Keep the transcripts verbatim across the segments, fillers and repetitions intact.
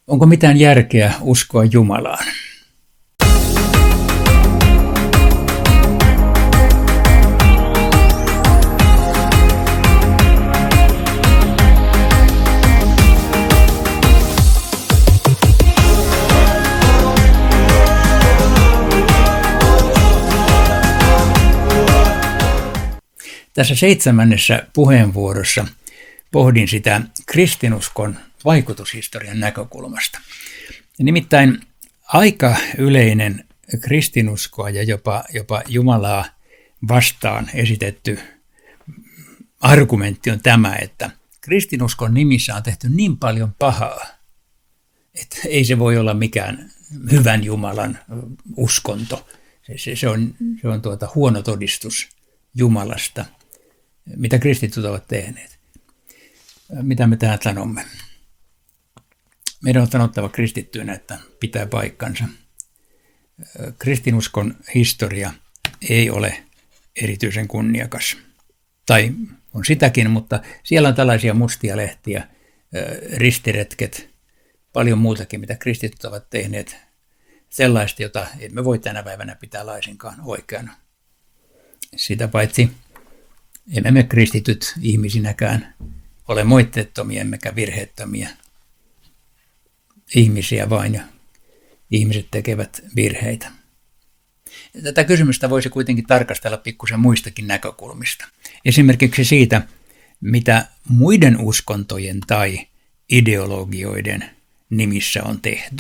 Onko mitään järkeä uskoa Jumalaan? Tässä seitsemännessä puheenvuorossa pohdin sitä kristinuskon vaikutushistorian näkökulmasta. Nimittäin aika yleinen kristinuskoa ja jopa, jopa Jumalaa vastaan esitetty argumentti on tämä, että kristinuskon nimissä on tehty niin paljon pahaa, että ei se voi olla mikään hyvän Jumalan uskonto. Se, se, se on, se on tuota huono todistus Jumalasta, mitä kristityt ovat tehneet. Mitä me tähän sanomme? Meidän on sanottava kristittyinä, että pitää paikkansa. Kristinuskon historia ei ole erityisen kunniakas. Tai on sitäkin, mutta siellä on tällaisia mustia lehtiä, ristiretket, paljon muutakin, mitä kristityt ovat tehneet. Sellaista, jota emme voi tänä päivänä pitää laisinkaan oikeana. Sitä paitsi emme me kristityt ihmisinäkään ole moitteettomia emmekä virheettömiä ihmisiä vain, ja ihmiset tekevät virheitä. Tätä kysymystä voisi kuitenkin tarkastella pikkusen muistakin näkökulmista. Esimerkiksi siitä, mitä muiden uskontojen tai ideologioiden nimissä on tehty.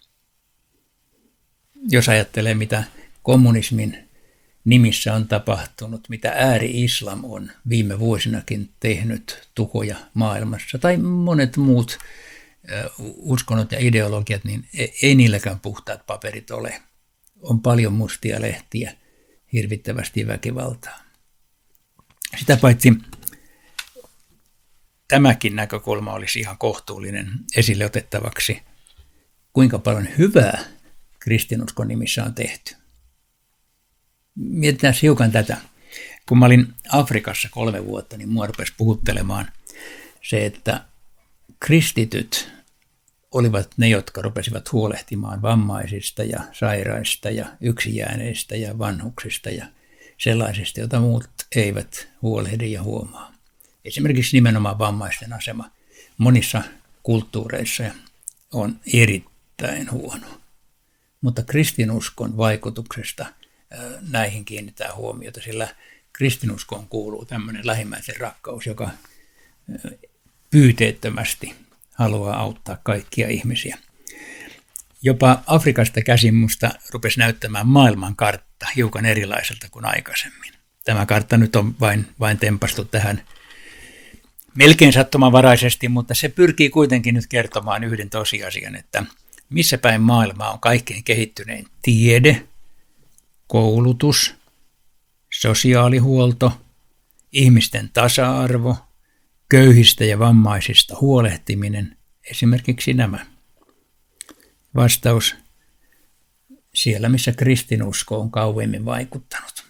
Jos ajattelee, mitä kommunismin nimissä on tapahtunut, mitä ääri-islam on viime vuosinakin tehnyt tuhoja maailmassa, tai monet muut uskonnot ja ideologiat, niin ei niilläkään puhtaat paperit ole. On paljon mustia lehtiä, hirvittävästi väkivaltaa. Sitä paitsi tämäkin näkökulma olisi ihan kohtuullinen esille otettavaksi, kuinka paljon hyvää kristinuskon nimissä on tehty. Mietitään hiukan tätä. Kun mä olin Afrikassa kolme vuotta, niin mua rupesi puhuttelemaan se, että kristityt olivat ne, jotka rupesivat huolehtimaan vammaisista ja sairaista ja yksinjääneistä ja vanhuksista ja sellaisista, joita muut eivät huolehdi ja huomaa. Esimerkiksi nimenomaan vammaisten asema monissa kulttuureissa on erittäin huono. Mutta kristinuskon vaikutuksesta näihin kiinnitetään huomiota, sillä kristinuskoon kuuluu tämmöinen lähimmäisen rakkaus, joka pyyteettömästi haluaa auttaa kaikkia ihmisiä. Jopa Afrikasta käsin musta rupesi näyttämään maailmankartta hiukan erilaiselta kuin aikaisemmin. Tämä kartta nyt on vain, vain tempastu tähän melkein sattumanvaraisesti, mutta se pyrkii kuitenkin nyt kertomaan yhden tosiasian, että missä päin maailmaa on kaikkein kehittynein tiede, koulutus, sosiaalihuolto, ihmisten tasa-arvo, köyhistä ja vammaisista huolehtiminen, esimerkiksi nämä. Vastaus: siellä, missä kristinusko on kauemmin vaikuttanut.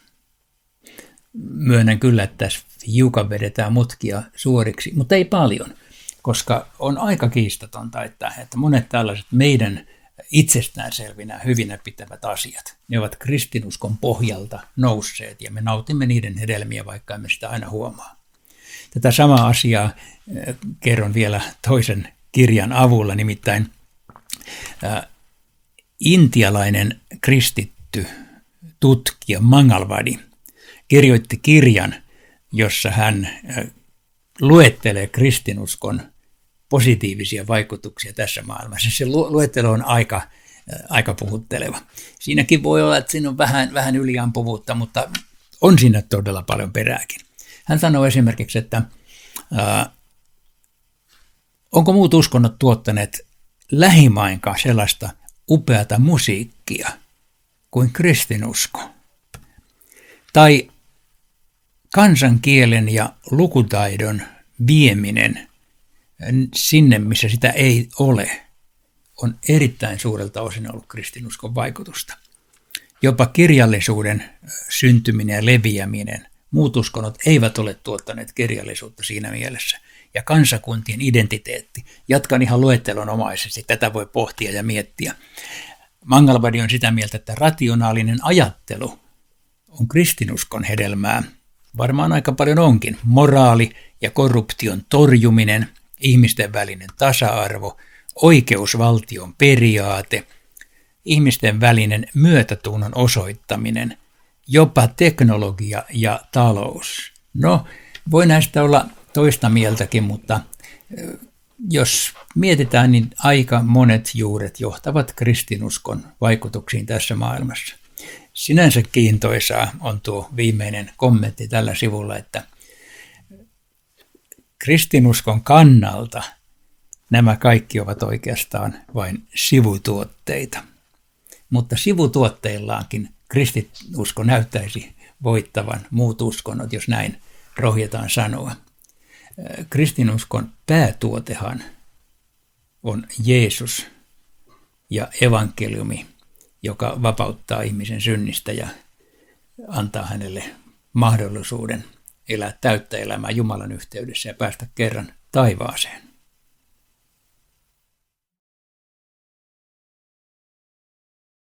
Myönnän kyllä, että tässä hiukan vedetään mutkia suoriksi, mutta ei paljon, koska on aika kiistatonta, että, että monet tällaiset meidän itsestäänselvinä hyvinä pitävät asiat, ne ovat kristinuskon pohjalta nousseet ja me nautimme niiden hedelmiä, vaikka emme sitä aina huomaa. Tätä samaa asiaa kerron vielä toisen kirjan avulla, nimittäin ää, intialainen kristitty tutkija Mangalwadi kirjoitti kirjan, jossa hän ää, luettelee kristinuskon positiivisia vaikutuksia tässä maailmassa. Se luettelo on aika, aika puhutteleva. Siinäkin voi olla, että siinä on vähän, vähän yliampuvuutta, mutta on siinä todella paljon perääkin. Hän sanoo esimerkiksi, että ää, onko muut uskonnot tuottaneet lähimainkaan sellaista upeata musiikkia kuin kristinusko? Tai kansankielen ja lukutaidon vieminen sinne, missä sitä ei ole, on erittäin suurelta osin ollut kristinuskon vaikutusta. Jopa kirjallisuuden syntyminen ja leviäminen, muut uskonnot eivät ole tuottaneet kirjallisuutta siinä mielessä. ja kansakuntien identiteetti. Jatkan ihan luettelonomaisesti, tätä voi pohtia ja miettiä. Mangalwadi on sitä mieltä, että rationaalinen ajattelu on kristinuskon hedelmää. Varmaan aika paljon onkin. Moraali ja korruption torjuminen, ihmisten välinen tasa-arvo, oikeusvaltion periaate, ihmisten välinen myötätunnon osoittaminen, jopa teknologia ja talous. No, voi näistä olla toista mieltäkin, mutta jos mietitään, niin aika monet juuret johtavat kristinuskon vaikutuksiin tässä maailmassa. Sinänsä kiintoisaa on tuo viimeinen kommentti tällä sivulla, että kristinuskon kannalta nämä kaikki ovat oikeastaan vain sivutuotteita. Mutta sivutuotteillaankin kristinusko näyttäisi voittavan muut uskonnot, jos näin rohjetaan sanoa. Kristinuskon päätuotehan on Jeesus ja evankeliumi, joka vapauttaa ihmisen synnistä ja antaa hänelle mahdollisuuden elää täyttä elämää Jumalan yhteydessä ja päästä kerran taivaaseen.